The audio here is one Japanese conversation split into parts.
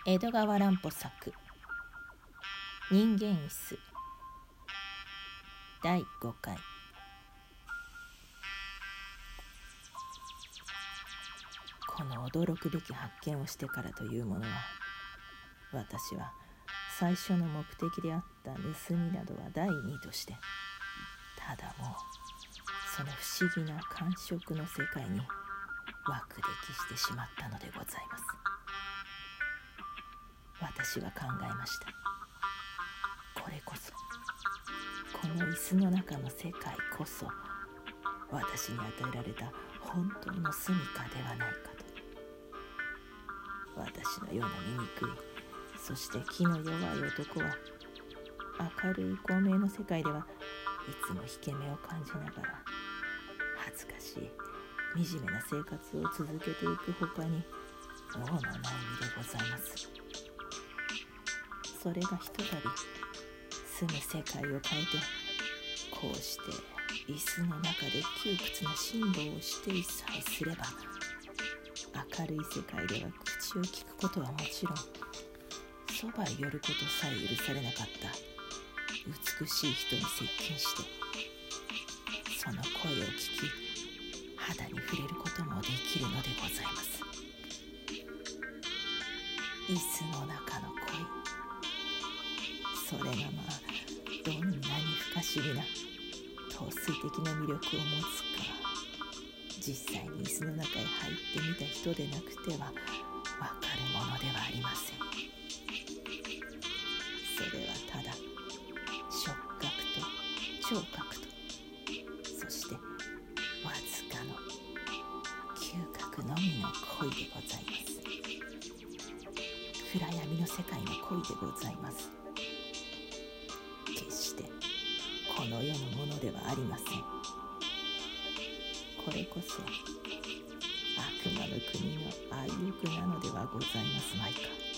江戸川乱歩作人間椅子第5回。この驚くべき発見をしてからというものは、私は最初の目的であった盗みなどは第二として、ただもうその不思議な感触の世界に枠歴してしまったのでございます。私は考えました。これこそ、この椅子の中の世界こそ、私に与えられた本当の住みかではないかと。私のような醜い、そして気の弱い男は、明るい光明の世界ではいつも引け目を感じながら、恥ずかしい惨めな生活を続けていくほかに能のない身でございます。それがひとたび住む世界を変えて、こうして椅子の中で窮屈な辛抱をしていさえすれば、明るい世界では口を聞くことはもちろん、そばへ寄ることさえ許されなかった美しい人に接近して、その声を聞き肌に触れることもできるのでございます。椅子の中の恋、それがどんなに不可思議な陶酔的な魅力を持つか、実際に椅子の中へ入ってみた人でなくてはわかるものではありません。それはただ触覚と聴覚と、そしてわずかの嗅覚のみの恋でございます。暗闇の世界の恋でございます。決してこの世のものではありません。これこそ悪魔の国の愛欲なのではございますまいか。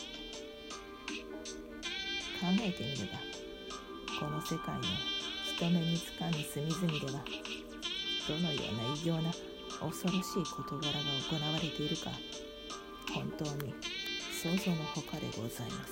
考えてみれば、この世界の人目につかぬ隅々では、どのような異様な恐ろしい事柄が行われているか、本当に想像のほかでございます。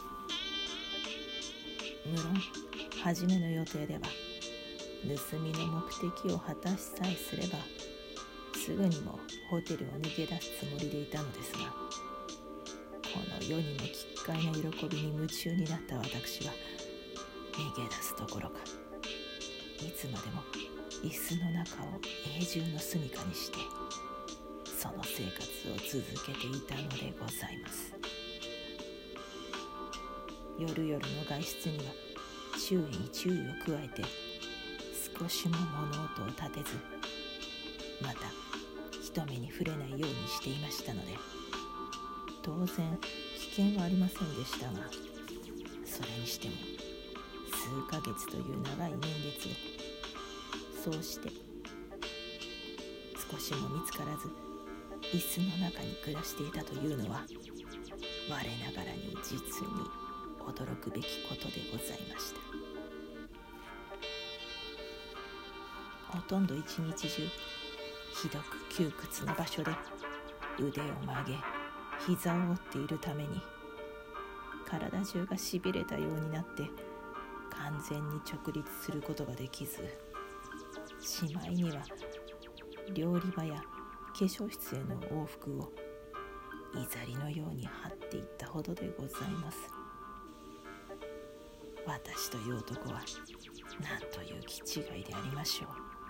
無論初めの予定では盗みの目的を果たしさえすれば、すぐにもホテルを抜け出すつもりでいたのですが、この世にも奇怪な喜びに夢中になった私は、逃げ出すどころか、いつまでも椅子の中を永住の住みかにして、その生活を続けていたのでございます。夜々の外出には注意に注意を加えて、少しも物音を立てず、また人目に触れないようにしていましたので、当然危険はありませんでしたが、それにしても数ヶ月という長い年月を、そうして少しも見つからず椅子の中に暮らしていたというのは、我ながらに実に驚くべきことでございました。ほとんど一日中ひどく窮屈な場所で腕を曲げ膝を折っているために、体中がしびれたようになって完全に直立することができず、しまいには料理場や化粧室への往復をいざりのように張っていったほどでございます。私という男は何という気違いでありましょう。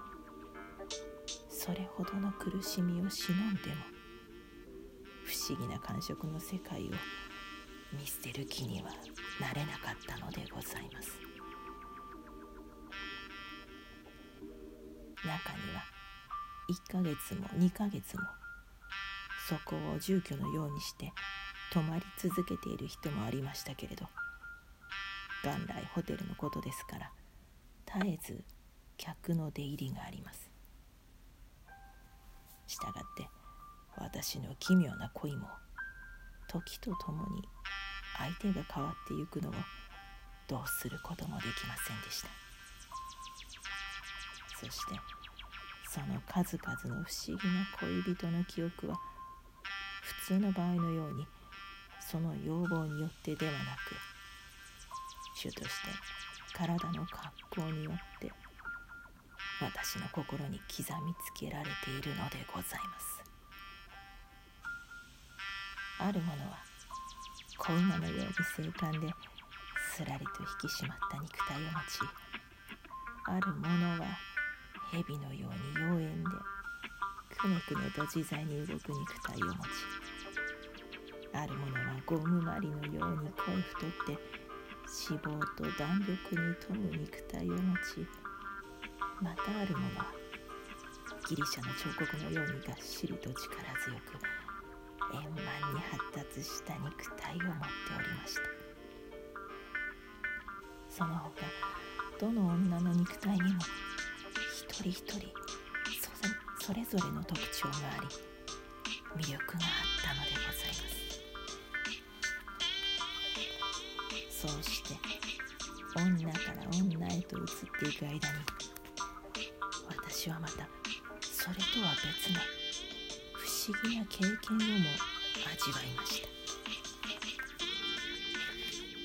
それほどの苦しみを忍んでも、不思議な感触の世界を見捨てる気にはなれなかったのでございます。中には1ヶ月も2ヶ月もそこを住居のようにして泊まり続けている人もありましたけれど、元来ホテルのことですから、絶えず客の出入りがあります。したがって私の奇妙な恋も、時とともに相手が変わってゆくのをどうすることもできませんでした。そしてその数々の不思議な恋人の記憶は、普通の場合のようにその要望によってではなく、主として体の格好によって私の心に刻みつけられているのでございます。ある者は子馬のように精悍ですらりと引き締まった肉体を持ち、ある者は蛇のように妖艶でくねくねと自在に動く肉体を持ち、ある者はゴムまりのように声太って脂肪と弾力に富む肉体を持ち、またある者はギリシャの彫刻のようにがっしりと力強く円満に発達した肉体を持っておりました。その他どの女の肉体にも一人一人それぞれの特徴があり、魅力があったのでございます。そうして女から女へと移っていく間に、私はまたそれとは別の不思議な経験をも味わいました。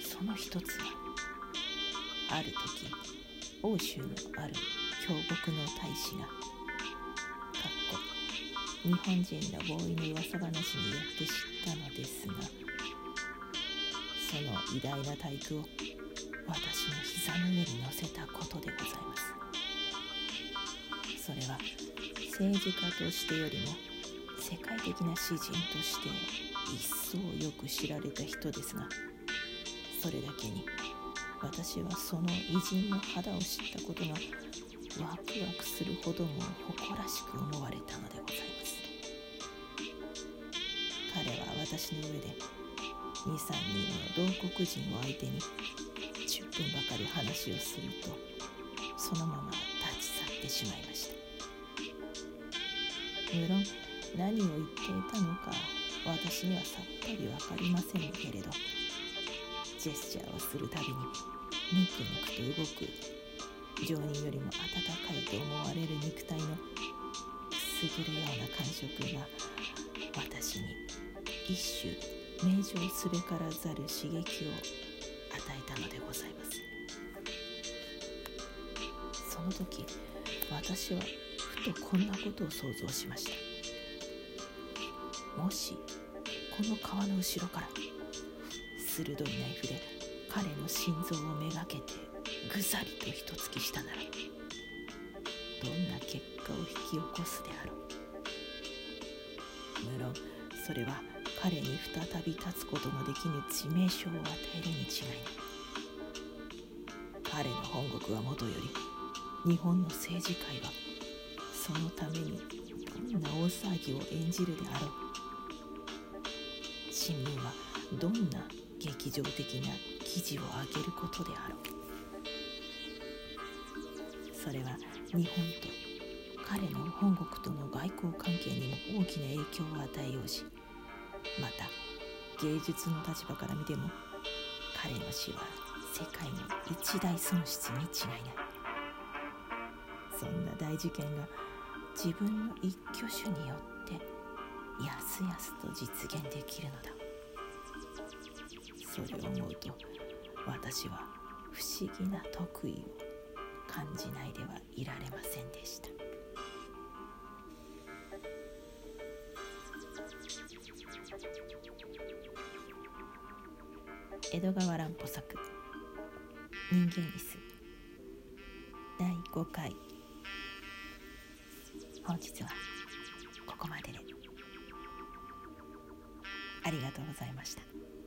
その一つは、ある時欧州のある強国の大使が日本人のボーイの噂話によって知ったのですが、その偉大な体育を私の膝の上に乗せたことでございます。それは政治家としてよりも世界的な詩人として一層よく知られた人ですが、それだけに私はその偉人の肌を知ったことがワクワクするほども誇らしく思われたのでございます。彼は私の上で 2,3 人の同国人を相手に10分ばかり話をすると、そのまま立ち去ってしまいました。無論何を言っていたのか私にはさっぱりわかりませんけれど、ジェスチャーをするたびにぬくぬくと動く常人よりも温かいと思われる肉体のくすぐるような感触が私に一種名状すべからざる刺激を与えたのでございます。その時私はふとこんなことを想像しました。もしこの川の後ろから鋭いナイフで彼の心臓をめがけてぐさりと一突きしたなら、どんな結果を引き起こすであろう。無論それは彼に再び立つことのできぬ致命傷を与えるに違いない。彼の本国はもとより日本の政治界はそのためにどんな大騒ぎを演じるであろう。新聞はどんな劇場的な記事を上げることであろう。それは日本と彼の本国との外交関係にも大きな影響を与えようし、また芸術の立場から見ても彼の死は世界の一大損失に違いない。そんな大事件が自分の一挙手によってやすやすと実現できるのだ。それを思うと私は不思議な得意を感じないではいられませんでした。江戸川乱歩作人間椅子第5回、本日はここまででありがとうございました。